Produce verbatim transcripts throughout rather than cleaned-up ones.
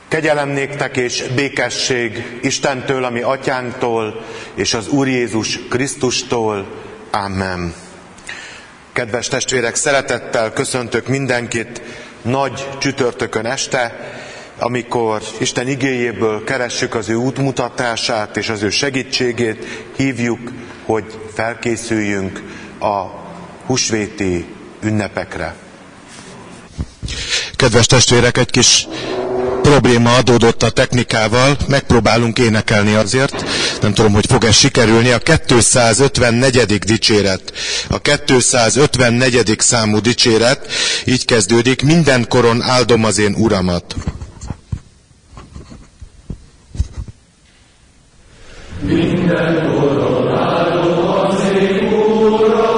Kegyelem néktek és békesség Istentől, a mi atyánktól, és az Úr Jézus Krisztustól. Amen. Kedves testvérek, szeretettel köszöntök mindenkit nagy csütörtökön este, amikor Isten igéjéből keressük az ő útmutatását és az ő segítségét, hívjuk, hogy felkészüljünk a húsvéti ünnepekre. Kedves testvérek, egy kis probléma adódott a technikával, megpróbálunk énekelni azért, nem tudom, hogy fog-e sikerülni. A kétszázötvennegyedik dicséret, a kétszázötvennegyedik számú dicséret így kezdődik: mindenkoron áldom az én Uramat. Mindenkoron áldom az én Uramat.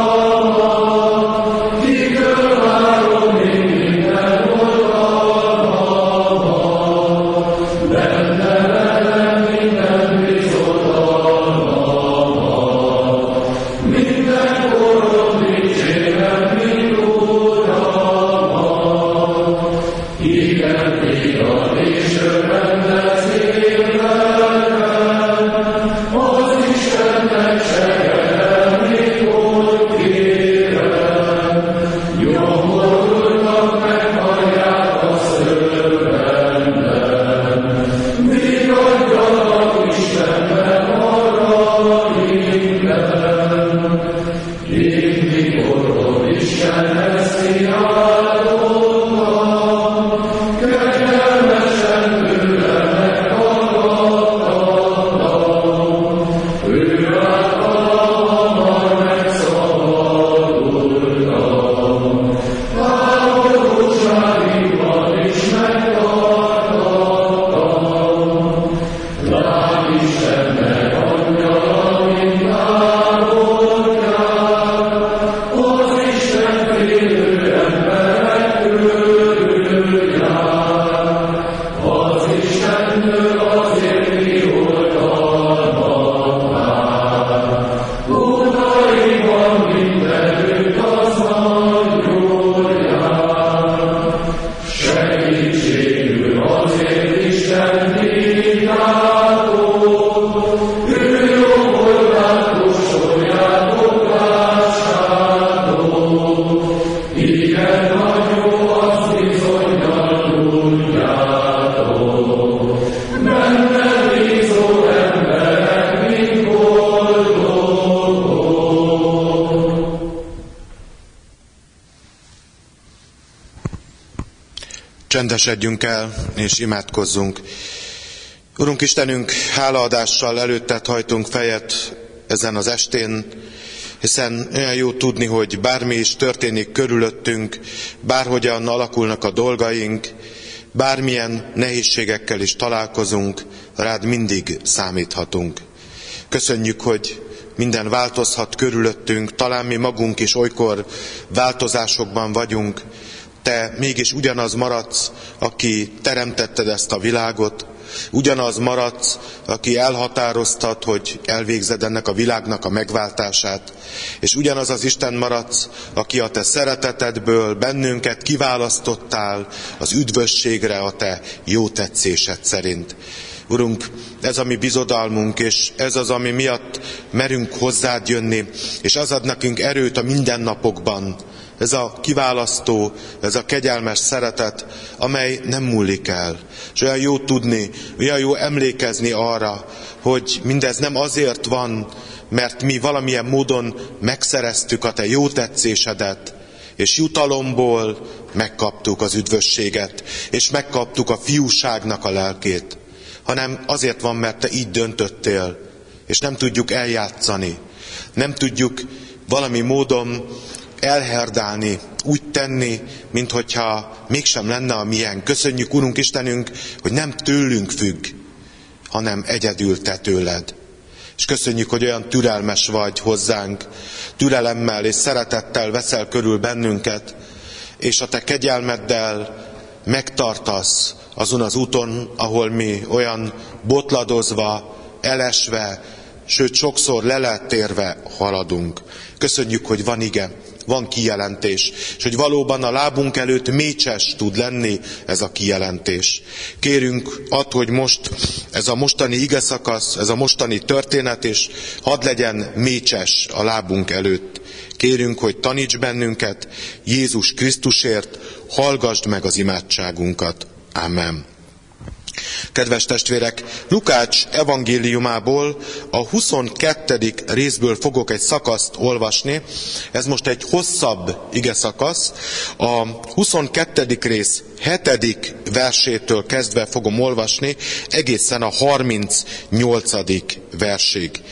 Csendesedjünk el, és imádkozzunk. Urunk Istenünk, hálaadással előtted hajtunk fejet ezen az estén, hiszen olyan jó tudni, hogy bármi is történik körülöttünk, bárhogyan alakulnak a dolgaink, bármilyen nehézségekkel is találkozunk, rád mindig számíthatunk. Köszönjük, hogy minden változhat körülöttünk, talán mi magunk is olykor változásokban vagyunk, te mégis ugyanaz maradsz, aki teremtetted ezt a világot, ugyanaz maradsz, aki elhatároztad, hogy elvégzed ennek a világnak a megváltását, és ugyanaz az Isten maradsz, aki a te szeretetedből bennünket kiválasztottál az üdvösségre a te jó tetszésed szerint. Urunk, ez a mi bizodalmunk, és ez az, ami miatt merünk hozzád jönni, és az ad nekünk erőt a mindennapokban. Ez a kiválasztó, ez a kegyelmes szeretet, amely nem múlik el. És olyan jó tudni, olyan jó emlékezni arra, hogy mindez nem azért van, mert mi valamilyen módon megszereztük a te jó tetszésedet, és jutalomból megkaptuk az üdvösséget, és megkaptuk a fiúságnak a lelkét, hanem azért van, mert te így döntöttél, és nem tudjuk eljátszani, nem tudjuk valami módon elherdálni, úgy tenni, minthogyha mégsem lenne a milyen. Köszönjük, Urunk Istenünk, hogy nem tőlünk függ, hanem egyedül te tőled. És köszönjük, hogy olyan türelmes vagy hozzánk, türelemmel és szeretettel veszel körül bennünket, és a te kegyelmeddel megtartasz azon az úton, ahol mi olyan botladozva, elesve, sőt sokszor lelettérve haladunk. Köszönjük, hogy van ige, van kijelentés, és hogy valóban a lábunk előtt mécses tud lenni ez a kijelentés. Kérünk att, hogy most ez a mostani igeszakasz, ez a mostani történet, és hadd legyen mécses a lábunk előtt. Kérünk, hogy taníts bennünket Jézus Krisztusért, hallgasd meg az imádságunkat. Amen. Kedves testvérek, Lukács evangéliumából a huszonkettedik részből fogok egy szakaszt olvasni. Ez most egy hosszabb igeszakasz. A huszonkettedik rész hetedik versétől kezdve fogom olvasni, egészen a harmincnyolcadik versig.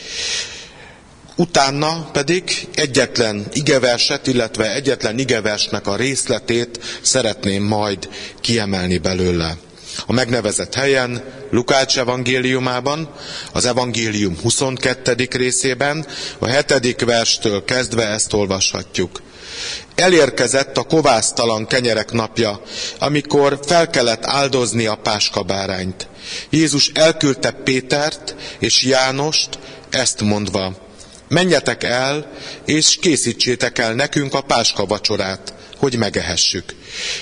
Utána pedig egyetlen igeverset, illetve egyetlen igeversnek a részletét szeretném majd kiemelni belőle. A megnevezett helyen, Lukács evangéliumában, az evangélium huszonkettedik részében, a hetedik verstől kezdve ezt olvashatjuk. Elérkezett a kovásztalan kenyerek napja, amikor fel kellett áldozni a páskabárányt. Jézus elküldte Pétert és Jánost, ezt mondva: menjetek el, és készítsétek el nekünk a páskavacsorát, hogy megehessük.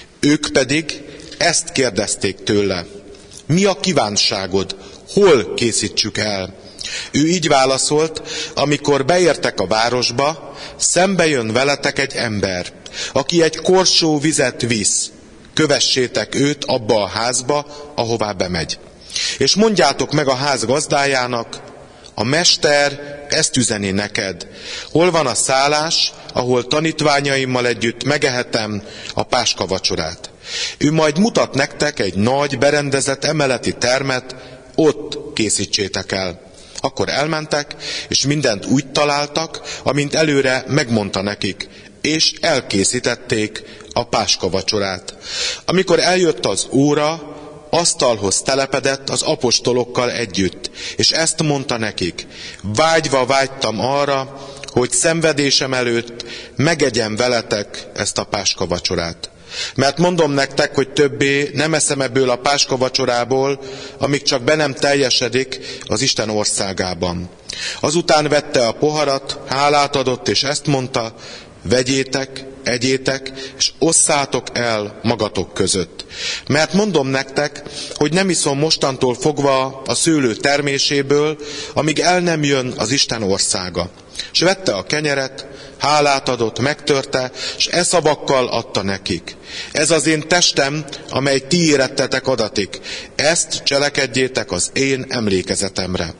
Ők pedig ezt kérdezték tőle: mi a kívánságod, hol készítsük el? Ő így válaszolt: amikor beértek a városba, szembe jön veletek egy ember, aki egy korsó vizet visz. Kövessétek őt abba a házba, ahová bemegy. És mondjátok meg a ház gazdájának: a mester ezt üzeni neked. Hol van a szállás, ahol tanítványaimmal együtt megehetem a páskavacsorát? Ő majd mutat nektek egy nagy, berendezett emeleti termet, ott készítsétek el. Akkor elmentek, és mindent úgy találtak, amint előre megmondta nekik, és elkészítették a páskavacsorát. Amikor eljött az óra, asztalhoz telepedett az apostolokkal együtt, és ezt mondta nekik: vágyva vágytam arra, hogy szenvedésem előtt megegyem veletek ezt a páskavacsorát. Mert mondom nektek, hogy többé nem eszem ebből a páskavacsorából, amíg csak be nem teljesedik az Isten országában. Azután vette a poharat, hálát adott, és ezt mondta: vegyétek, egyétek, és osszátok el magatok között. Mert mondom nektek, hogy nem iszom mostantól fogva a szőlő terméséből, amíg el nem jön az Isten országa. És vette a kenyeret, hálát adott, megtörte, és e szavakkal adta nekik: ez az én testem, amely ti érettetek adatik. Ezt cselekedjétek az én emlékezetemre.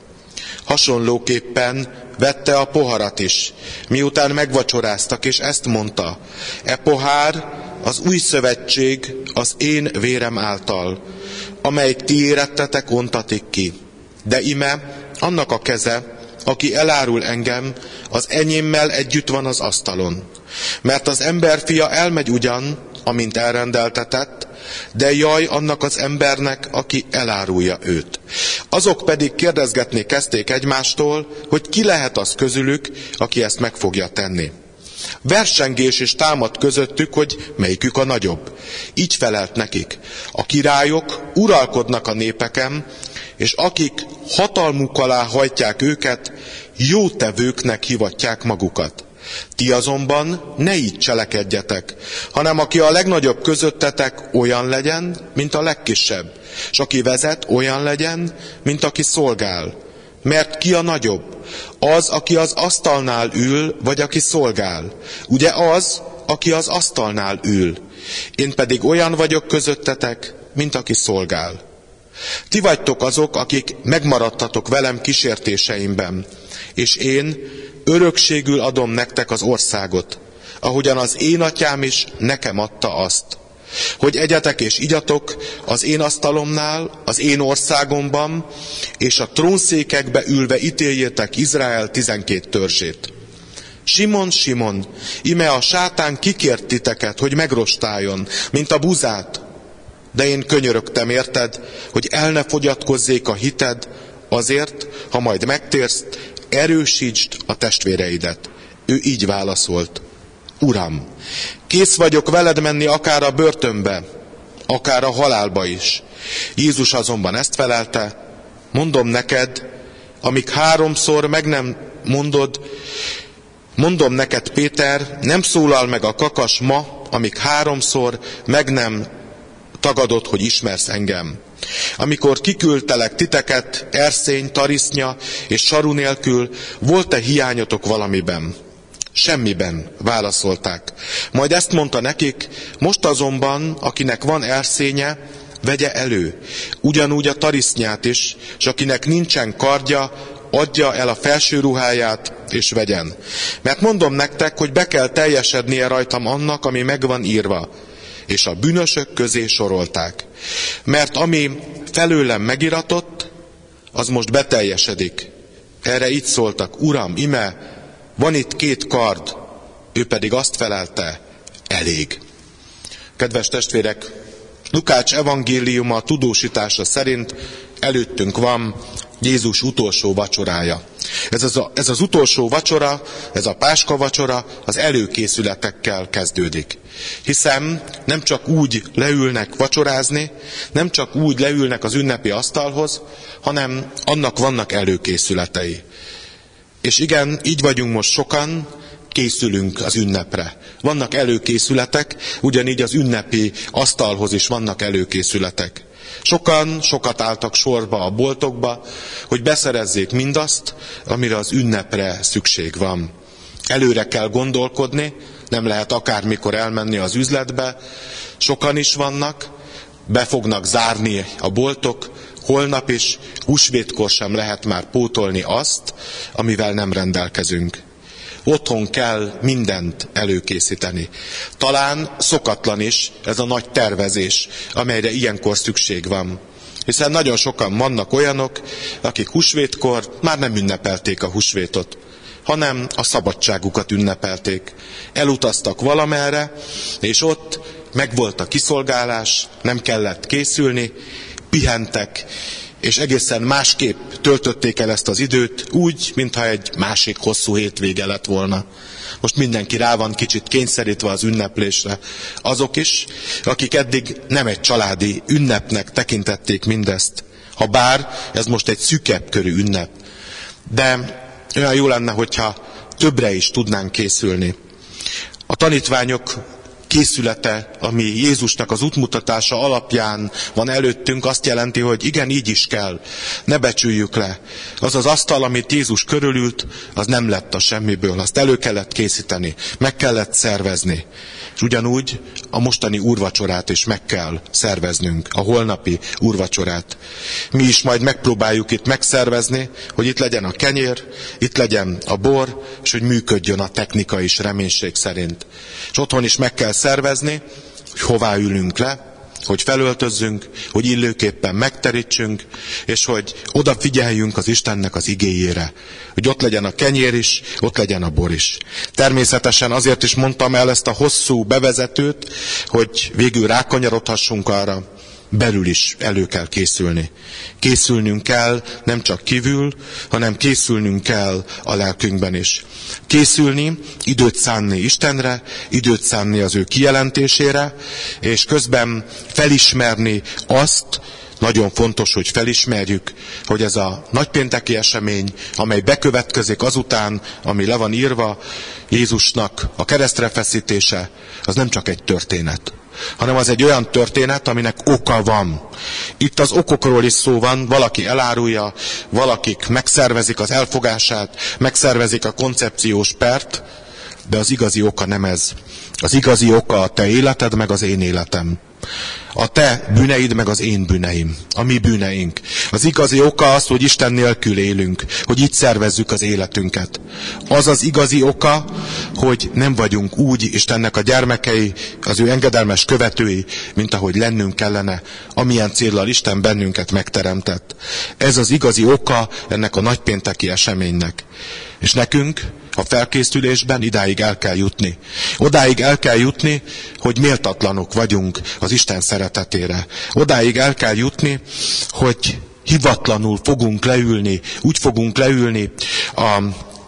Hasonlóképpen vette a poharat is, miután megvacsoráztak, és ezt mondta: e pohár az új szövetség az én vérem által, amely ti érettetek ontatik ki. De ime annak a keze, aki elárul engem, az enyémmel együtt van az asztalon. Mert az emberfia elmegy ugyan, amint elrendeltetett, de jaj annak az embernek, aki elárulja őt. Azok pedig kérdezgetni kezdték egymástól, hogy ki lehet az közülük, aki ezt meg fogja tenni. Versengés és támad közöttük, hogy melyikük a nagyobb. Így felelt nekik: a királyok uralkodnak a népeken, és akik hatalmuk alá hajtják őket, jótevőknek hivatják magukat. Ti azonban ne így cselekedjetek, hanem aki a legnagyobb közöttetek, olyan legyen, mint a legkisebb, és aki vezet, olyan legyen, mint aki szolgál. Mert ki a nagyobb? Az, aki az asztalnál ül, vagy aki szolgál? Ugye az, aki az asztalnál ül. Én pedig olyan vagyok közöttetek, mint aki szolgál. Ti vagytok azok, akik megmaradtatok velem kísértéseimben, és én örökségül adom nektek az országot, ahogyan az én atyám is nekem adta azt, hogy egyetek és igyatok az én asztalomnál, az én országomban, és a trónszékekbe ülve ítéljétek Izrael tizenkét törzsét. Simon, Simon, ime a sátán kikért titeket, hogy megrostáljon, mint a buzát. De én könyörögtem érted, hogy el ne fogyatkozzék a hited, azért, ha majd megtérsz, erősítsd a testvéreidet. Ő így válaszolt: Uram, kész vagyok veled menni akár a börtönbe, akár a halálba is. Jézus azonban ezt felelte: mondom neked, amíg háromszor meg nem mondod, Mondom neked, Péter, nem szólal meg a kakas ma, amíg háromszor meg nem tagadod, hogy ismersz engem. Amikor kiküldtelek titeket erszény, tarisznya és saru nélkül, volt-e hiányotok valamiben? Semmiben, válaszolták. Majd ezt mondta nekik, most azonban, akinek van erszénye, vegye elő. Ugyanúgy a tarisznyát is, és akinek nincsen kardja, adja el a felső ruháját, és vegyen. Mert mondom nektek, hogy be kell teljesednie rajtam annak, ami meg van írva. És a bűnösök közé sorolták. Mert ami felőlem megiratott, az most beteljesedik. Erre így szóltak, Uram, ime, van itt két kard. Ő pedig azt felelte, elég. Kedves testvérek, Lukács evangéliuma tudósítása szerint előttünk van Jézus utolsó vacsorája. Ez az, a, ez az utolsó vacsora, ez a Páska vacsora az előkészületekkel kezdődik. Hiszen nem csak úgy leülnek vacsorázni, nem csak úgy leülnek az ünnepi asztalhoz, hanem annak vannak előkészületei. És igen, így vagyunk most sokan, készülünk az ünnepre. Vannak előkészületek, ugyanígy az ünnepi asztalhoz is vannak előkészületek. Sokan sokat álltak sorba a boltokba, hogy beszerezzék mindazt, amire az ünnepre szükség van. Előre kell gondolkodni, nem lehet akármikor elmenni az üzletbe. Sokan is vannak, be fognak zárni a boltok, holnap is, húsvétkor sem lehet már pótolni azt, amivel nem rendelkezünk. Otthon kell mindent előkészíteni. Talán szokatlan is ez a nagy tervezés, amelyre ilyenkor szükség van. Hiszen nagyon sokan vannak olyanok, akik húsvétkor már nem ünnepelték a húsvétot, hanem a szabadságukat ünnepelték. Elutaztak valamerre, és ott megvolt a kiszolgálás, nem kellett készülni, pihentek, és egészen másképp töltötték el ezt az időt, úgy, mintha egy másik hosszú hétvége lett volna. Most mindenki rá van kicsit kényszerítve az ünneplésre. Azok is, akik eddig nem egy családi ünnepnek tekintették mindezt. Ha bár ez most egy szűkebb körű ünnep. De olyan jó lenne, hogyha többre is tudnánk készülni. A tanítványok készülete, ami Jézusnak az útmutatása alapján van előttünk, azt jelenti, hogy igen, így is kell. Ne becsüljük le. Az az asztal, amit Jézus körülült, az nem lett a semmiből. Azt elő kellett készíteni, meg kellett szervezni. És ugyanúgy a mostani úrvacsorát is meg kell szerveznünk, a holnapi úrvacsorát. Mi is majd megpróbáljuk itt megszervezni, hogy itt legyen a kenyér, itt legyen a bor, és hogy működjön a technika is reménység szerint. És otthon is meg kell szervezni, hogy hová ülünk le, hogy felöltözzünk, hogy illőképpen megterítsünk, és hogy odafigyeljünk az Istennek az igéjére. Hogy ott legyen a kenyér is, ott legyen a bor is. Természetesen azért is mondtam el ezt a hosszú bevezetőt, hogy végül rákanyarodhassunk arra, belül is elő kell készülni. Készülnünk kell nem csak kívül, hanem készülnünk kell a lelkünkben is. Készülni, időt szánni Istenre, időt szánni az ő kijelentésére, és közben felismerni azt, nagyon fontos, hogy felismerjük, hogy ez a nagypénteki esemény, amely bekövetkezik azután, ami le van írva, Jézusnak a keresztre feszítése, az nem csak egy történet, hanem az egy olyan történet, aminek oka van. Itt az okokról is szó van, valaki elárulja, valakik megszervezik az elfogását, megszervezik a koncepciós pert, de az igazi oka nem ez. Az igazi oka a te életed, meg az én életem. A te bűneid, meg az én bűneim. A mi bűneink. Az igazi oka az, hogy Isten nélkül élünk, hogy így szervezzük az életünket. Az az igazi oka, hogy nem vagyunk úgy Istennek a gyermekei, az ő engedelmes követői, mint ahogy lennünk kellene, amilyen céllal Isten bennünket megteremtett. Ez az igazi oka ennek a nagypénteki eseménynek. És nekünk a felkészülésben idáig el kell jutni. Odáig el kell jutni, hogy méltatlanok vagyunk az Isten szeretetére. Odáig el kell jutni, hogy hivatlanul fogunk leülni, úgy fogunk leülni a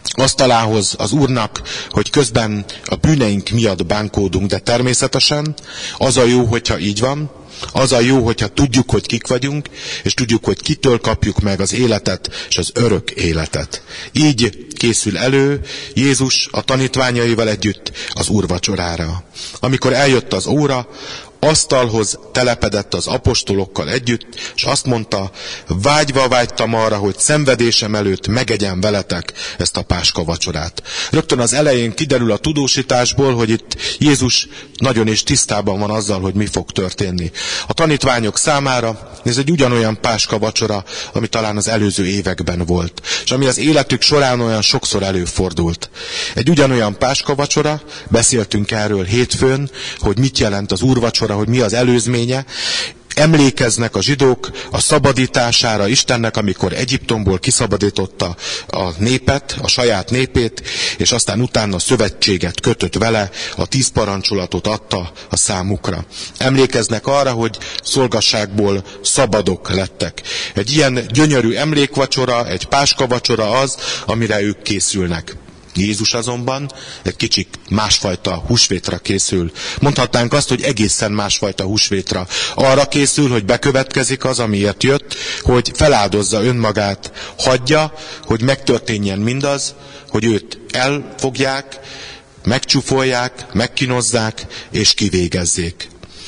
asztalához az Úrnak, hogy közben a bűneink miatt bánkódunk, de természetesen az a jó, hogyha így van, az a jó, hogyha tudjuk, hogy kik vagyunk, és tudjuk, hogy kitől kapjuk meg az életet és az örök életet. Így készül elő Jézus a tanítványaival együtt az úrvacsorára. Amikor eljött az óra, asztalhoz telepedett az apostolokkal együtt, és azt mondta, vágyva vágytam arra, hogy szenvedésem előtt megegyem veletek ezt a páska vacsorát. Rögtön az elején kiderül a tudósításból, hogy itt Jézus nagyon és tisztában van azzal, hogy mi fog történni. A tanítványok számára ez egy ugyanolyan páska vacsora, ami talán az előző években volt, és ami az életük során olyan sokszor előfordult. Egy ugyanolyan páska vacsora, beszéltünk erről hétfőn, hogy mit jelent az úrvacsora, hogy mi az előzménye. Emlékeznek a zsidók a szabadítására Istennek, amikor Egyiptomból kiszabadította a népet, a saját népét, és aztán utána szövetséget kötött vele, a tíz parancsolatot adta a számukra. Emlékeznek arra, hogy szolgasságból szabadok lettek. Egy ilyen gyönyörű emlékvacsora, egy páskavacsora az, amire ők készülnek. Jézus azonban egy kicsit másfajta húsvétra készül. Mondhatnánk azt, hogy egészen másfajta húsvétra. Arra készül, hogy bekövetkezik az, amiért jött, hogy feláldozza önmagát, hagyja, hogy megtörténjen mindaz, hogy őt elfogják, megcsúfolják, megkínozzák és kivégezzék.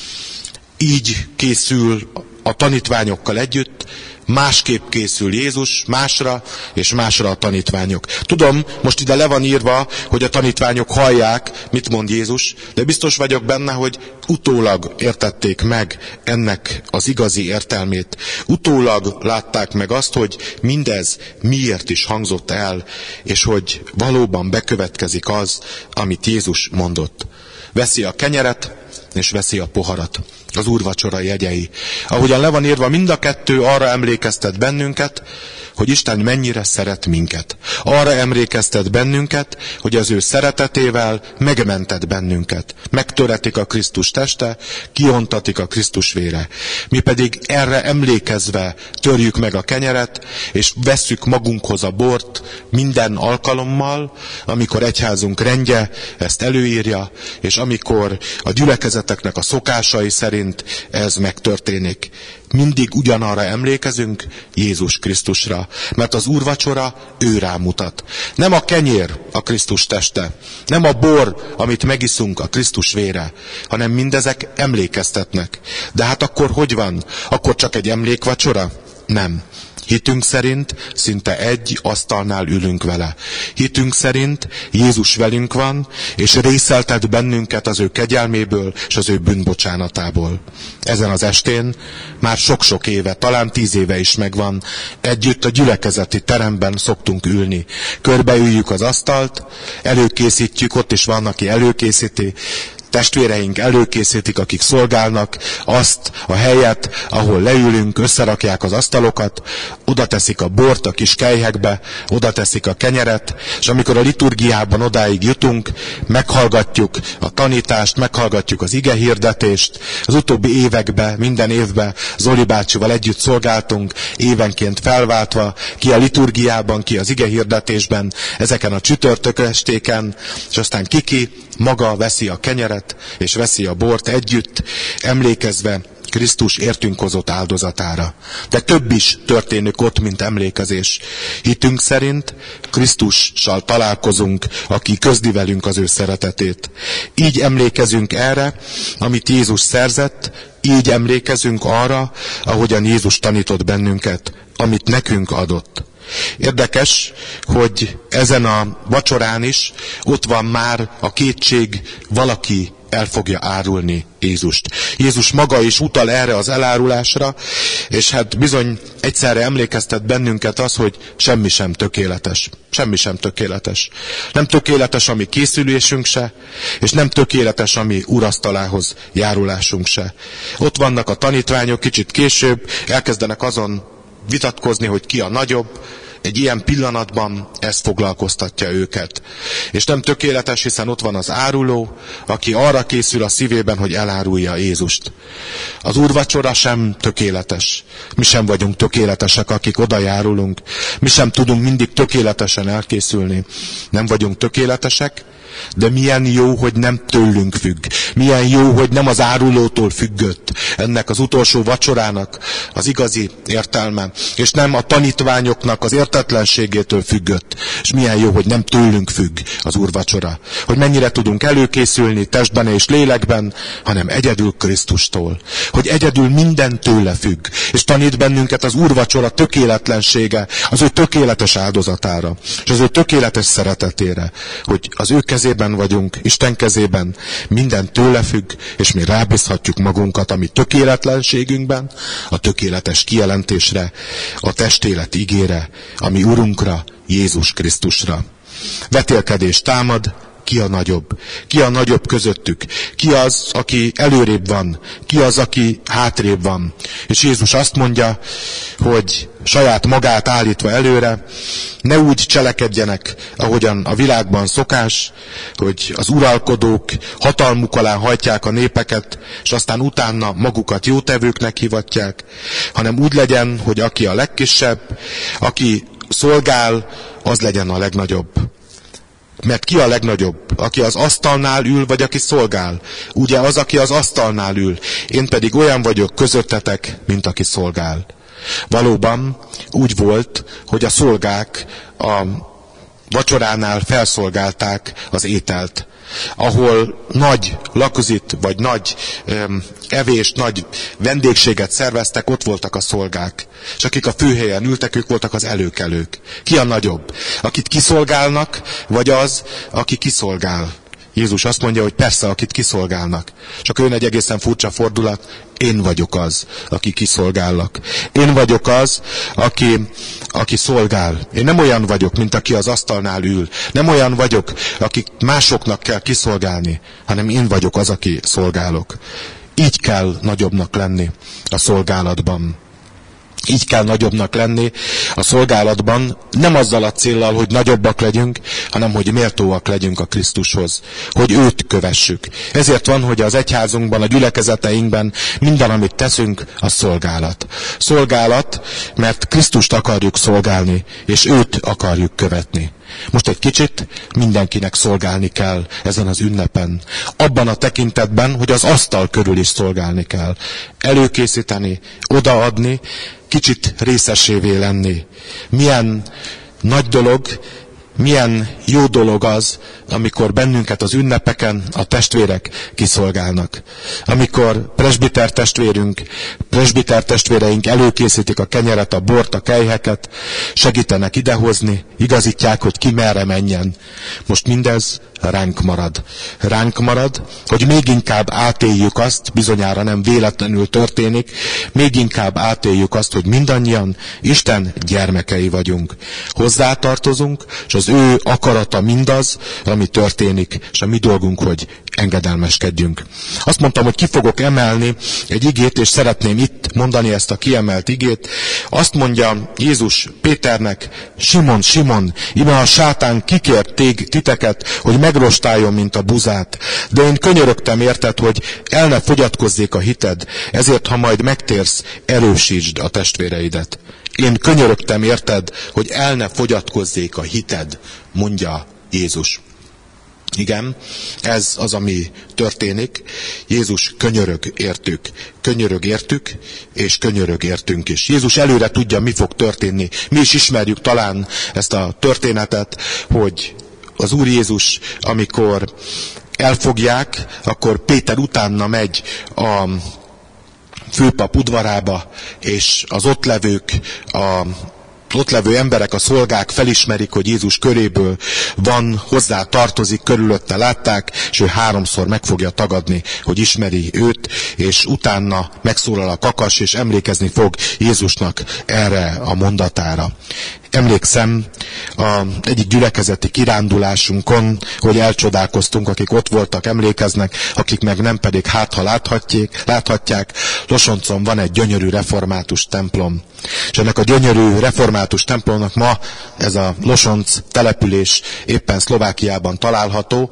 Így készül a tanítványokkal együtt, másképp készül Jézus, másra és másra a tanítványok. Tudom, most ide le van írva, hogy a tanítványok hallják, mit mond Jézus, de biztos vagyok benne, hogy utólag értették meg ennek az igazi értelmét. Utólag látták meg azt, hogy mindez miért is hangzott el, és hogy valóban bekövetkezik az, amit Jézus mondott. Veszi a kenyeret, és veszi a poharat. Az úrvacsora jegyei. Ahogyan le van írva, mind a kettő arra emlékeztet bennünket, hogy Isten mennyire szeret minket. Arra emlékeztet bennünket, hogy az ő szeretetével megmentett bennünket. Megtöretik a Krisztus teste, kiontatik a Krisztus vére. Mi pedig erre emlékezve törjük meg a kenyeret, és vesszük magunkhoz a bort minden alkalommal, amikor egyházunk rendje ezt előírja, és amikor a gyülekezeteknek a szokásai szerint ez megtörténik. Mindig ugyanarra emlékezünk, Jézus Krisztusra, mert az úrvacsora ő rámutat. Nem a kenyér a Krisztus teste, nem a bor, amit megiszunk, a Krisztus vére, hanem mindezek emlékeztetnek. De hát akkor hogy van? Akkor csak egy emlékvacsora? Nem. Hitünk szerint szinte egy asztalnál ülünk vele. Hitünk szerint Jézus velünk van, és részeltet bennünket az ő kegyelméből és az ő bűnbocsánatából. Ezen az estén már sok-sok éve, talán tíz éve is megvan, együtt a gyülekezeti teremben szoktunk ülni. Körbeüljük az asztalt, előkészítjük, ott is van, aki előkészíti, testvéreink előkészítik, akik szolgálnak azt a helyet, ahol leülünk, összerakják az asztalokat, oda teszik a bort a kis kelyhekbe, oda teszik a kenyeret, és amikor a liturgiában odáig jutunk, meghallgatjuk a tanítást, meghallgatjuk az igehirdetést. Az utóbbi években, minden évben Zoli bácsival együtt szolgáltunk, évenként felváltva, ki a liturgiában, ki az igehirdetésben, ezeken a csütörtök estéken, és aztán kiki maga veszi a kenyeret, és veszi a bort együtt, emlékezve Krisztus értünk hozott áldozatára. De több is történik ott, mint emlékezés. Hitünk szerint Krisztussal találkozunk, aki közdi velünk az ő szeretetét. Így emlékezünk erre, amit Jézus szerzett, így emlékezünk arra, ahogyan Jézus tanított bennünket, amit nekünk adott. Érdekes, hogy ezen a vacsorán is ott van már a kétség, valaki el fogja árulni Jézust. Jézus maga is utal erre az elárulásra, és hát bizony egyszerre emlékeztet bennünket az, hogy semmi sem tökéletes. Semmi sem tökéletes. Nem tökéletes a mi készülésünk se, és nem tökéletes a mi urasztalához járulásunk se. Ott vannak a tanítványok, kicsit később elkezdenek azon vitatkozni, hogy ki a nagyobb, egy ilyen pillanatban ez foglalkoztatja őket. És nem tökéletes, hiszen ott van az áruló, aki arra készül a szívében, hogy elárulja Jézust. Az úrvacsora sem tökéletes. Mi sem vagyunk tökéletesek, akik oda járulunk. Mi sem tudunk mindig tökéletesen elkészülni. Nem vagyunk tökéletesek, de milyen jó, hogy nem tőlünk függ. Milyen jó, hogy nem az árulótól függött ennek az utolsó vacsorának az igazi értelme, és nem a tanítványoknak az értetlenségétől függött. És milyen jó, hogy nem tőlünk függ az úrvacsora. Hogy mennyire tudunk előkészülni testben és lélekben, hanem egyedül Krisztustól. Hogy egyedül minden tőle függ. És tanít bennünket az úrvacsora tökéletlensége, az ő tökéletes áldozatára, és az ő tökéletes szeretetére, hogy az ő kezében vagyunk, Isten kezében, minden tőle függ, és mi rábízhatjuk magunkat a mi tökéletlenségünkben, a tökéletes kijelentésre, a testélet ígére, a mi Urunkra, Jézus Krisztusra. Vetélkedés támad, ki a nagyobb? Ki a nagyobb közöttük? Ki az, aki előrébb van? Ki az, aki hátrébb van? És Jézus azt mondja, hogy saját magát állítva előre, ne úgy cselekedjenek, ahogyan a világban szokás, hogy az uralkodók hatalmuk alá hajtják a népeket, és aztán utána magukat jótevőknek hivatják, hanem úgy legyen, hogy aki a legkisebb, aki szolgál, az legyen a legnagyobb. Mert ki a legnagyobb? Aki az asztalnál ül, vagy aki szolgál? Ugye az, aki az asztalnál ül. Én pedig olyan vagyok közöttetek, mint aki szolgál. Valóban úgy volt, hogy a szolgák a vacsoránál felszolgálták az ételt. Ahol nagy lakuzit, vagy nagy um, evést, nagy vendégséget szerveztek, ott voltak a szolgák. És akik a főhelyen ültek, ők voltak az előkelők. Ki a nagyobb? Akit kiszolgálnak, vagy az, aki kiszolgál? Jézus azt mondja, hogy persze, akit kiszolgálnak. Csak jön egy egészen furcsa fordulat, én vagyok az, aki kiszolgállak. Én vagyok az, aki, aki szolgál. Én nem olyan vagyok, mint aki az asztalnál ül. Nem olyan vagyok, akik másoknak kell kiszolgálni, hanem én vagyok az, aki szolgálok. Így kell nagyobbnak lenni a szolgálatban. Így kell nagyobbnak lenni a szolgálatban, nem azzal a céllal, hogy nagyobbak legyünk, hanem hogy méltóak legyünk a Krisztushoz, hogy őt kövessük. Ezért van, hogy az egyházunkban, a gyülekezeteinkben minden, amit teszünk, a szolgálat. Szolgálat, mert Krisztust akarjuk szolgálni, és őt akarjuk követni. Most egy kicsit mindenkinek szolgálni kell ezen az ünnepen. Abban a tekintetben, hogy az asztal körül is szolgálni kell. Előkészíteni, odaadni, kicsit részesévé lenni. Milyen nagy dolog, milyen jó dolog az, amikor bennünket az ünnepeken a testvérek kiszolgálnak. Amikor presbiter testvérünk, presbiter testvéreink előkészítik a kenyeret, a bort, a kelyheket, segítenek idehozni, igazítják, hogy ki merre menjen. Most mindez ránk marad. Ránk marad, hogy még inkább átéljük azt, bizonyára nem véletlenül történik, még inkább átéljük azt, hogy mindannyian Isten gyermekei vagyunk. Hozzátartozunk, és az ő akarata mindaz, ami történik, és a mi dolgunk, hogy engedelmeskedjünk. Azt mondtam, hogy ki fogok emelni egy igét, és szeretném itt mondani ezt a kiemelt igét. Azt mondja Jézus Péternek, Simon, Simon, ime a sátán kikért tég, titeket, hogy megrostáljon, mint a buzát. De én könyörögtem érted, hogy el ne fogyatkozzék a hited, ezért, ha majd megtérsz, erősítsd a testvéreidet. Én könyörögtem érted, hogy el ne fogyatkozzék a hited, mondja Jézus. Igen, ez az, ami történik. Jézus könyörög értük, könyörög értük, és könyörög értünk is. Jézus előre tudja, mi fog történni. Mi is ismerjük talán ezt a történetet, hogy az Úr Jézus, amikor elfogják, akkor Péter utána megy a főpap udvarába, és az ott levők, a ott levő emberek, a szolgák felismerik, hogy Jézus köréből van, hozzá tartozik, körülötte látták, és ő háromszor meg fogja tagadni, hogy ismeri őt, és utána megszólal a kakas, és emlékezni fog Jézusnak erre a mondatára. Emlékszem a egyik gyülekezeti kirándulásunkon, hogy elcsodálkoztunk, akik ott voltak, emlékeznek, akik meg nem, pedig hát ha láthatják, láthatják, Losoncon van egy gyönyörű református templom. És ennek a gyönyörű református templomnak ma ez a Losonc település éppen Szlovákiában található,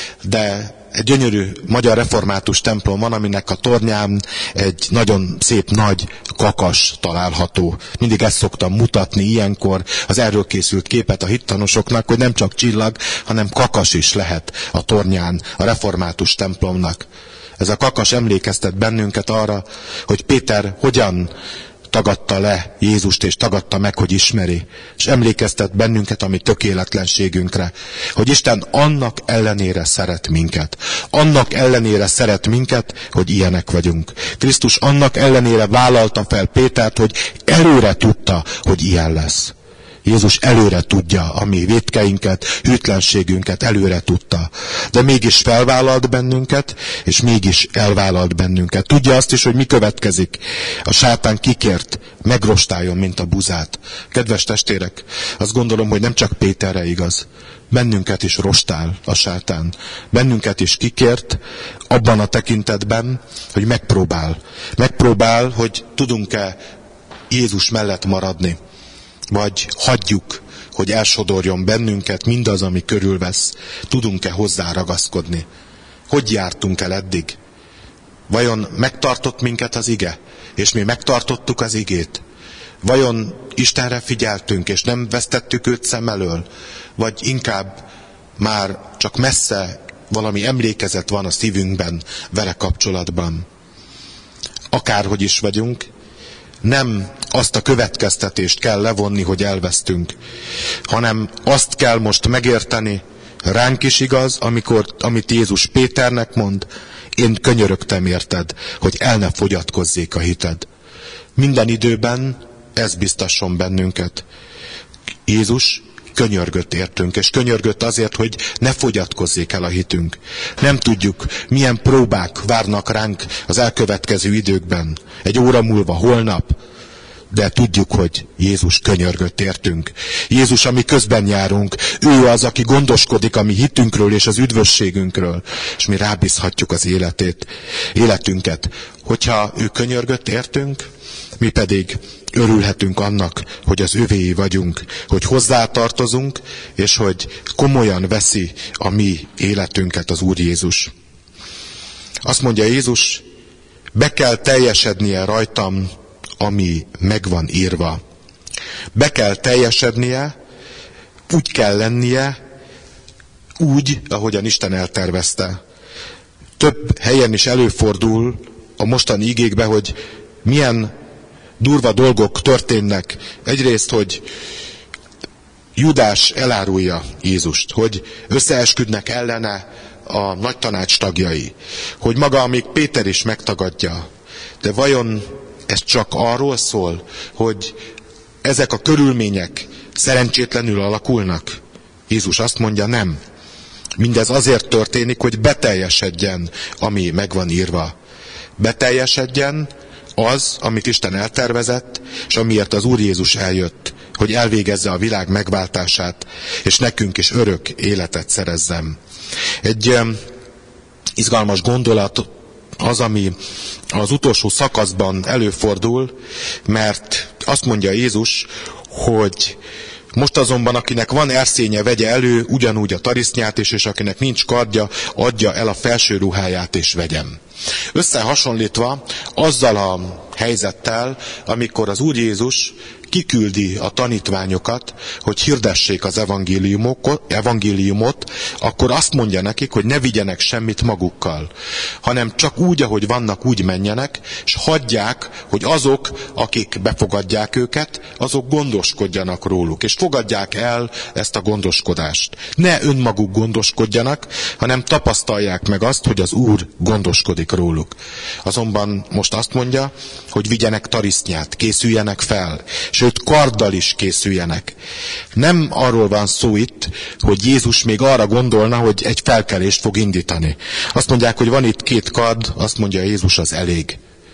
de egy gyönyörű magyar református templom van, aminek a tornyán egy nagyon szép nagy kakas található. Mindig ezt szoktam mutatni ilyenkor az erről készült képet a hittanosoknak, hogy nem csak csillag, hanem kakas is lehet a tornyán a református templomnak. Ez a kakas emlékeztet bennünket arra, hogy Péter hogyan tagadta le Jézust, és tagadta meg, hogy ismeri. És emlékeztet bennünket a mi tökéletlenségünkre, hogy Isten annak ellenére szeret minket. Annak ellenére szeret minket, hogy ilyenek vagyunk. Krisztus annak ellenére vállalta fel Pétert, hogy előre tudta, hogy ilyen lesz. Jézus előre tudja a mi vétkeinket, hűtlenségünket, előre tudta. De mégis felvállalt bennünket, és mégis elvállalt bennünket. Tudja azt is, hogy mi következik. A sátán kikért, megrostáljon, mint a buzát. Kedves testvérek, azt gondolom, hogy nem csak Péterre igaz. Bennünket is rostál a sátán. Bennünket is kikért abban a tekintetben, hogy megpróbál. Megpróbál, hogy tudunk-e Jézus mellett maradni. Vagy hagyjuk, hogy elsodorjon bennünket mindaz, ami körülvesz. Tudunk-e hozzá ragaszkodni? Hogy jártunk el eddig? Vajon megtartott minket az ige? És mi megtartottuk az igét? Vajon Istenre figyeltünk, és nem vesztettük őt szem elől? Vagy inkább már csak messze valami emlékezet van a szívünkben vele kapcsolatban? Akárhogy is vagyunk, nem azt a következtetést kell levonni, hogy elvesztünk, hanem azt kell most megérteni, ránk is igaz, amikor, amit Jézus Péternek mond, én könyörögtem érted, hogy el ne fogyatkozzék a hited. Minden időben ez biztasson bennünket. Jézus könyörgött értünk, és könyörgött azért, hogy ne fogyatkozzék el a hitünk. Nem tudjuk, milyen próbák várnak ránk az elkövetkező időkben, egy óra múlva, holnap, de tudjuk, hogy Jézus könyörgött értünk. Jézus, ami közben járunk, ő az, aki gondoskodik a mi hitünkről és az üdvösségünkről, és mi rábízhatjuk az életét, életünket. Hogyha ő könyörgött értünk, mi pedig örülhetünk annak, hogy az övéi vagyunk, hogy hozzátartozunk, és hogy komolyan veszi a mi életünket az Úr Jézus. Azt mondja Jézus, be kell teljesednie rajtam, ami meg van írva. Be kell teljesednie, úgy kell lennie, úgy, ahogyan Isten eltervezte. Több helyen is előfordul a mostani igékben, hogy milyen durva dolgok történnek. Egyrészt, hogy Judás elárulja Jézust, hogy összeesküdnek ellene a nagy tanács tagjai, hogy maga még Péter is megtagadja. De vajon ez csak arról szól, hogy ezek a körülmények szerencsétlenül alakulnak? Jézus azt mondja, nem. Mindez azért történik, hogy beteljesedjen, ami meg van írva. Beteljesedjen az, amit Isten eltervezett, és amiért az Úr Jézus eljött, hogy elvégezze a világ megváltását, és nekünk is örök életet szerezzem. Egy um, izgalmas gondolat az, ami az utolsó szakaszban előfordul, mert azt mondja Jézus, hogy most azonban, akinek van erszénye, vegye elő ugyanúgy a tarisznyát is, és akinek nincs kardja, adja el a felső ruháját és vegyem. Összehasonlítva azzal a helyzettel, amikor az Úr Jézus kiküldi a tanítványokat, hogy hirdessék az evangéliumot, akkor azt mondja nekik, hogy ne vigyenek semmit magukkal, hanem csak úgy, ahogy vannak, úgy menjenek, és hagyják, hogy azok, akik befogadják őket, azok gondoskodjanak róluk, és fogadják el ezt a gondoskodást. Ne önmaguk gondoskodjanak, hanem tapasztalják meg azt, hogy az Úr gondoskodik róluk. Azonban most azt mondja, hogy vigyenek tarisznyát, készüljenek fel, sőt karddal is készüljenek. Nem arról van szó itt, hogy Jézus még arra gondolna, hogy egy felkelést fog indítani. Azt mondják, hogy van itt két kard, azt mondja Jézus, az elég.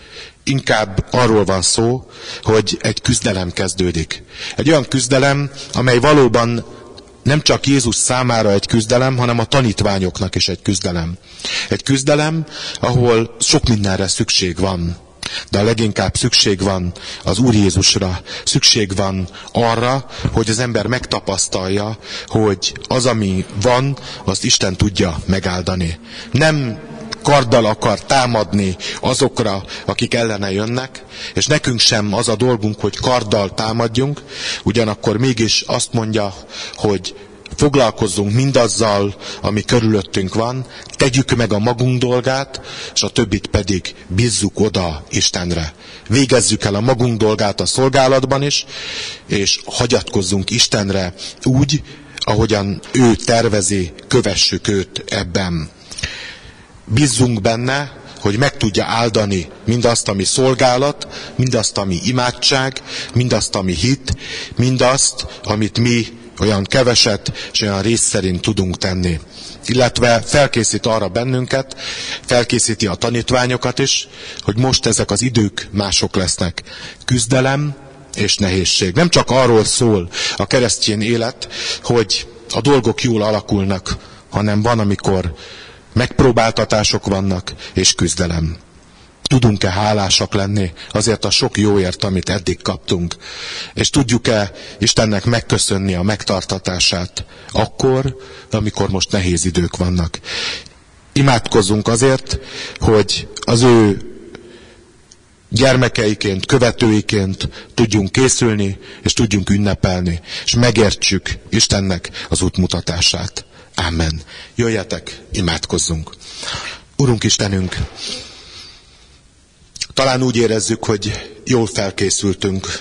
inkább arról van szó, hogy egy küzdelem kezdődik. Egy olyan küzdelem, amely valóban nem csak Jézus számára egy küzdelem, hanem a tanítványoknak is egy küzdelem. Egy küzdelem, ahol sok mindenre szükség van. De a leginkább szükség van az Úr Jézusra. Szükség van arra, hogy az ember megtapasztalja, hogy az, ami van, azt Isten tudja megáldani. Nem karddal akar támadni azokra, akik ellene jönnek, és nekünk sem az a dolgunk, hogy karddal támadjunk, ugyanakkor mégis azt mondja, hogy foglalkozzunk mindazzal, ami körülöttünk van, tegyük meg a magunk dolgát, és a többit pedig bízzuk oda Istenre. Végezzük el a magunk dolgát a szolgálatban is, és hagyatkozzunk Istenre úgy, ahogyan ő tervezi, kövessük őt ebben. Bízzunk benne, hogy meg tudja áldani mindazt, ami szolgálat, mindazt, ami imádság, mindazt, ami hit, mindazt, amit mi olyan keveset és olyan rész szerint tudunk tenni. Illetve felkészít arra bennünket, felkészíti a tanítványokat is, hogy most ezek az idők mások lesznek. Küzdelem és nehézség. Nem csak arról szól a keresztény élet, hogy a dolgok jól alakulnak, hanem van, amikor megpróbáltatások vannak, és küzdelem. Tudunk-e hálásak lenni azért a sok jóért, amit eddig kaptunk? És tudjuk-e Istennek megköszönni a megtartatását akkor, amikor most nehéz idők vannak? Imádkozzunk azért, hogy az ő gyermekeiként, követőiként tudjunk készülni, és tudjunk ünnepelni, és megértsük Istennek az útmutatását. Amen. Jöjjetek, imádkozzunk. Urunk Istenünk, talán úgy érezzük, hogy jól felkészültünk,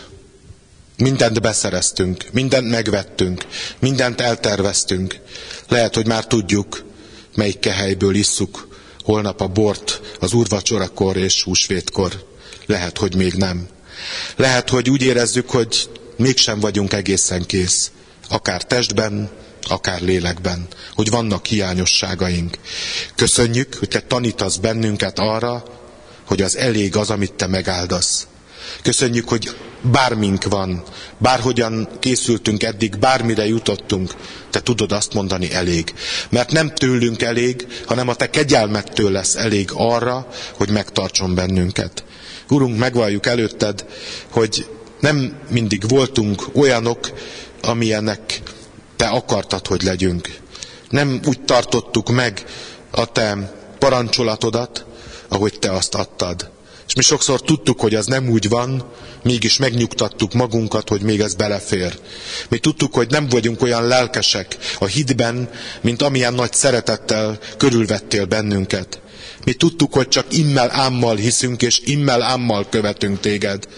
mindent beszereztünk, mindent megvettünk, mindent elterveztünk. Lehet, hogy már tudjuk, melyik kehelyből isszuk holnap a bort az úrvacsorakor és húsvétkor. Lehet, hogy még nem. Lehet, hogy úgy érezzük, hogy mégsem vagyunk egészen kész, akár testben, akár lélekben, hogy vannak hiányosságaink. Köszönjük, hogy te tanítasz bennünket arra, hogy az elég az, amit te megáldasz. Köszönjük, hogy bármink van, bárhogyan készültünk eddig, bármire jutottunk, te tudod azt mondani, elég. Mert nem tőlünk elég, hanem a te kegyelmettől lesz elég arra, hogy megtartson bennünket. Urunk, megvalljuk előtted, hogy nem mindig voltunk olyanok, amilyenek te akartad, hogy legyünk. Nem úgy tartottuk meg a te parancsolatodat, ahogy te azt adtad. És mi sokszor tudtuk, hogy az nem úgy van, mégis megnyugtattuk magunkat, hogy még ez belefér. Mi tudtuk, hogy nem vagyunk olyan lelkesek a hitben, mint amilyen nagy szeretettel körülvettél bennünket. Mi tudtuk, hogy csak immel ámmal hiszünk, és immel ámmal követünk téged.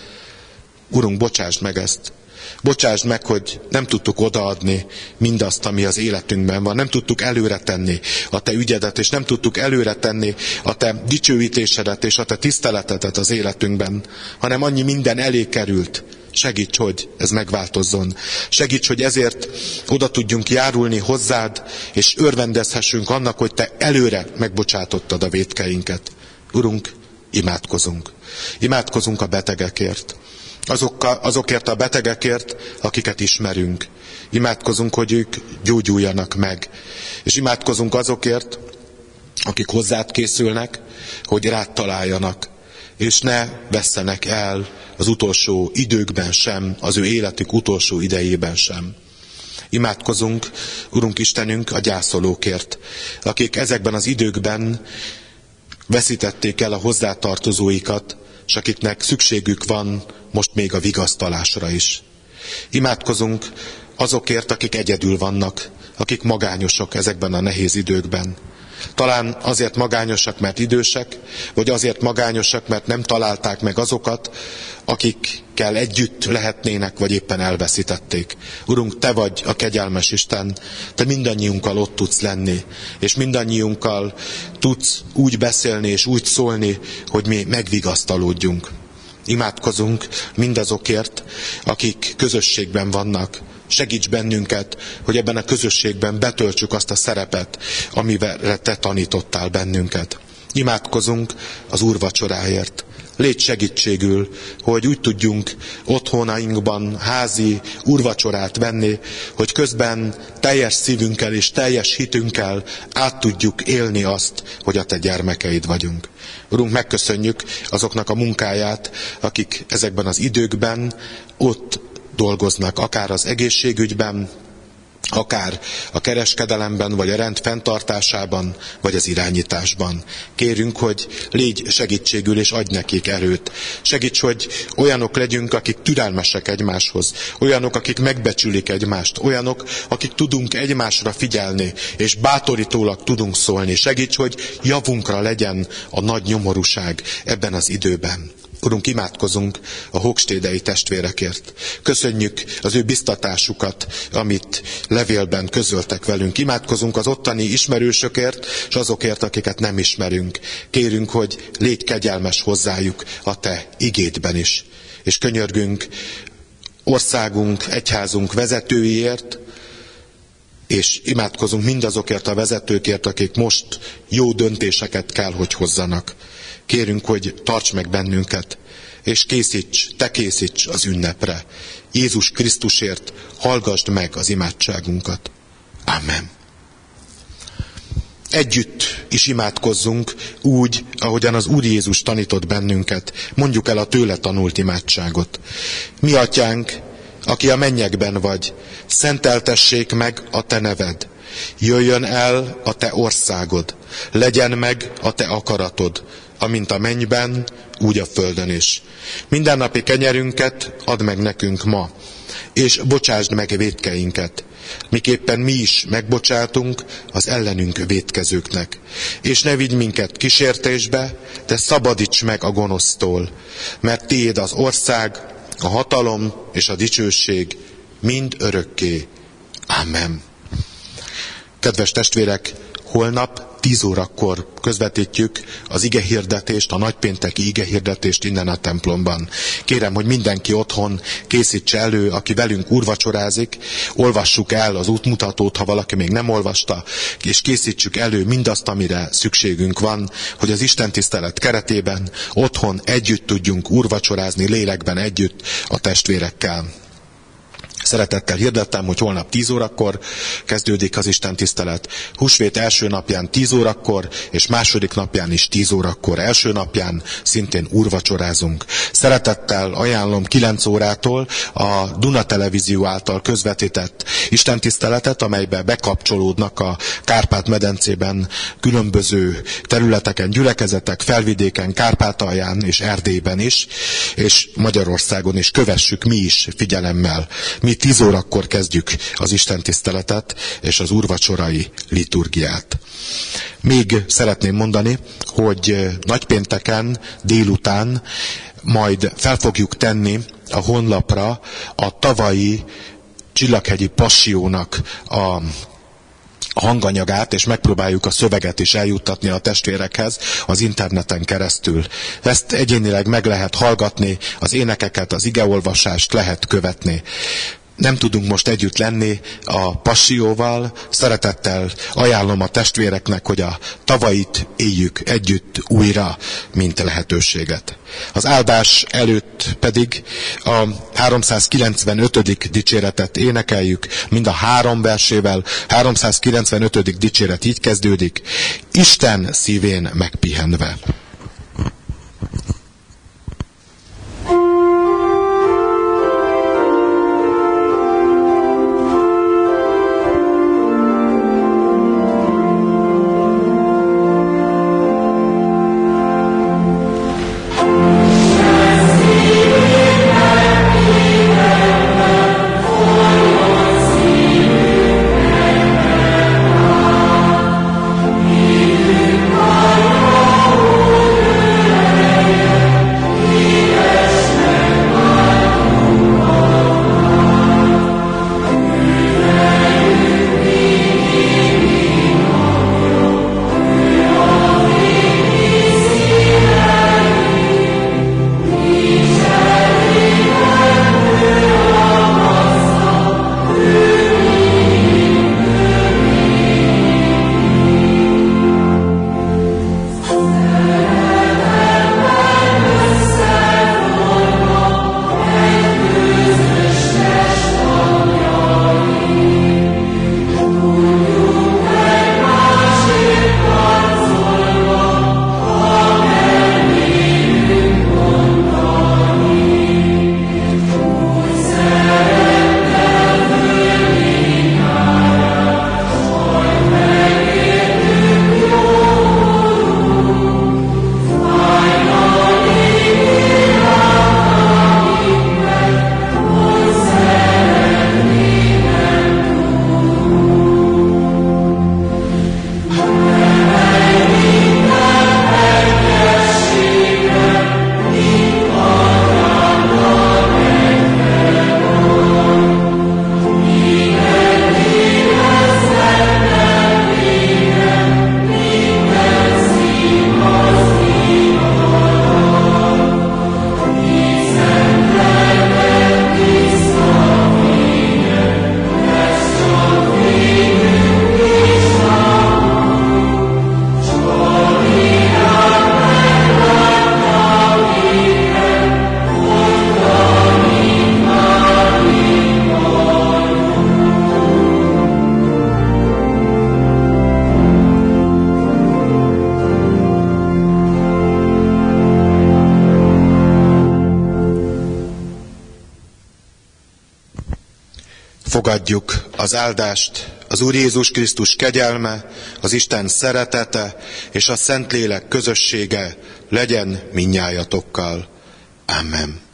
Urunk, bocsásd meg ezt. Bocsásd meg, hogy nem tudtuk odaadni mindazt, ami az életünkben van. Nem tudtuk előre tenni a te ügyedet, és nem tudtuk előre tenni a te dicsőítésedet és a te tiszteletedet az életünkben, hanem annyi minden elé került. Segíts, hogy ez megváltozzon. Segíts, hogy ezért oda tudjunk járulni hozzád, és örvendezhessünk annak, hogy te előre megbocsátottad a vétkeinket. Urunk, imádkozunk. Imádkozunk a betegekért. Azokkal, azokért a betegekért, akiket ismerünk. Imádkozunk, hogy ők gyógyuljanak meg. És imádkozunk azokért, akik hozzád készülnek, hogy rád találjanak. És ne vesszenek el az utolsó időkben sem, az ő életük utolsó idejében sem. Imádkozunk, Urunk Istenünk, a gyászolókért, akik ezekben az időkben veszítették el a hozzátartozóikat, és akiknek szükségük van most még a vigasztalásra is. Imádkozunk azokért, akik egyedül vannak, akik magányosak ezekben a nehéz időkben. Talán azért magányosak, mert idősek, vagy azért magányosak, mert nem találták meg azokat, akikkel együtt lehetnének, vagy éppen elveszítették. Urunk, te vagy a kegyelmes Isten, te mindannyiunkkal ott tudsz lenni, és mindannyiunkkal tudsz úgy beszélni és úgy szólni, hogy mi megvigasztalódjunk. Imádkozunk mindazokért, akik közösségben vannak. Segíts bennünket, hogy ebben a közösségben betöltsük azt a szerepet, amire te tanítottál bennünket. Imádkozunk az úrvacsoráért. légy segítségül, hogy úgy tudjunk otthonainkban házi úrvacsorát venni, hogy közben teljes szívünkkel és teljes hitünkkel át tudjuk élni azt, hogy a te gyermekeid vagyunk. Urunk, megköszönjük azoknak a munkáját, akik ezekben az időkben ott dolgoznak, akár az egészségügyben, akár a kereskedelemben, vagy a rend fenntartásában, vagy az irányításban. Kérünk, hogy légy segítségül, és adj nekik erőt. Segíts, hogy olyanok legyünk, akik türelmesek egymáshoz, olyanok, akik megbecsülik egymást, olyanok, akik tudunk egymásra figyelni, és bátorítólag tudunk szólni. Segíts, hogy javunkra legyen a nagy nyomorúság ebben az időben. Urunk, imádkozunk a hogstédei testvérekért. Köszönjük az ő biztatásukat, amit levélben közöltek velünk. Imádkozunk az ottani ismerősökért, és azokért, akiket nem ismerünk. Kérünk, hogy légy kegyelmes hozzájuk a te igédben is. És könyörgünk országunk, egyházunk vezetőiért, és imádkozunk mindazokért a vezetőkért, akik most jó döntéseket kell, hogy hozzanak. Kérünk, hogy tarts meg bennünket, és készíts, te készíts az ünnepre. Jézus Krisztusért hallgasd meg az imádságunkat. Amen. Együtt is imádkozzunk úgy, ahogyan az Úr Jézus tanított bennünket. Mondjuk el a tőle tanult imádságot. Mi atyánk, aki a mennyekben vagy, szenteltessék meg a te neved. Jöjjön el a te országod, legyen meg a te akaratod, amint a mennyben, úgy a földön is. Mindennapi kenyerünket add meg nekünk ma, és bocsásd meg vétkeinket, miképpen mi is megbocsátunk az ellenünk vétkezőknek. És ne vigy minket kísértésbe, de szabadíts meg a gonosztól, mert tiéd az ország, a hatalom és a dicsőség mind örökké. Amen. Kedves testvérek, holnap tíz órakor közvetítjük az igehirdetést, a nagypénteki igehirdetést innen a templomban. Kérem, hogy mindenki otthon készítse elő, aki velünk úrvacsorázik, olvassuk el az útmutatót, ha valaki még nem olvasta, és készítsük elő mindazt, amire szükségünk van, hogy az istentisztelet keretében otthon együtt tudjunk úrvacsorázni, lélekben együtt a testvérekkel. Szeretettel hirdettem, hogy holnap tíz órakor kezdődik az istentisztelet. Húsvét első napján tíz órakor, és második napján is tíz órakor. Első napján szintén úrvacsorázunk. Szeretettel ajánlom kilenc órától a Duna Televízió által közvetített istentiszteletet, amelybe bekapcsolódnak a Kárpát-medencében különböző területeken, gyülekezetek, felvidéken, Kárpátalján és Erdélyben is, és Magyarországon is. Kövessük mi is figyelemmel. Mi tíz órakor kezdjük az istentiszteletet és az úrvacsorai liturgiát. Még szeretném mondani, hogy nagypénteken délután majd fel fogjuk tenni a honlapra a tavalyi Csillaghegyi Passiónak a a hanganyagát, és megpróbáljuk a szöveget is eljuttatni a testvérekhez az interneten keresztül. Ezt egyénileg meg lehet hallgatni, az énekeket, az igeolvasást lehet követni. Nem tudunk most együtt lenni a Passióval, szeretettel ajánlom a testvéreknek, hogy a tavait éljük együtt újra, mint lehetőséget. Az áldás előtt pedig a háromszázkilencvenötödik dicséretet énekeljük, mind a három versével. háromszázkilencvenötödik dicséret így kezdődik: Isten szívén megpihenve. Oh fogadjuk az áldást. Az Úr Jézus Krisztus kegyelme, az Isten szeretete és a Szentlélek közössége legyen mindnyájatokkal. Amen.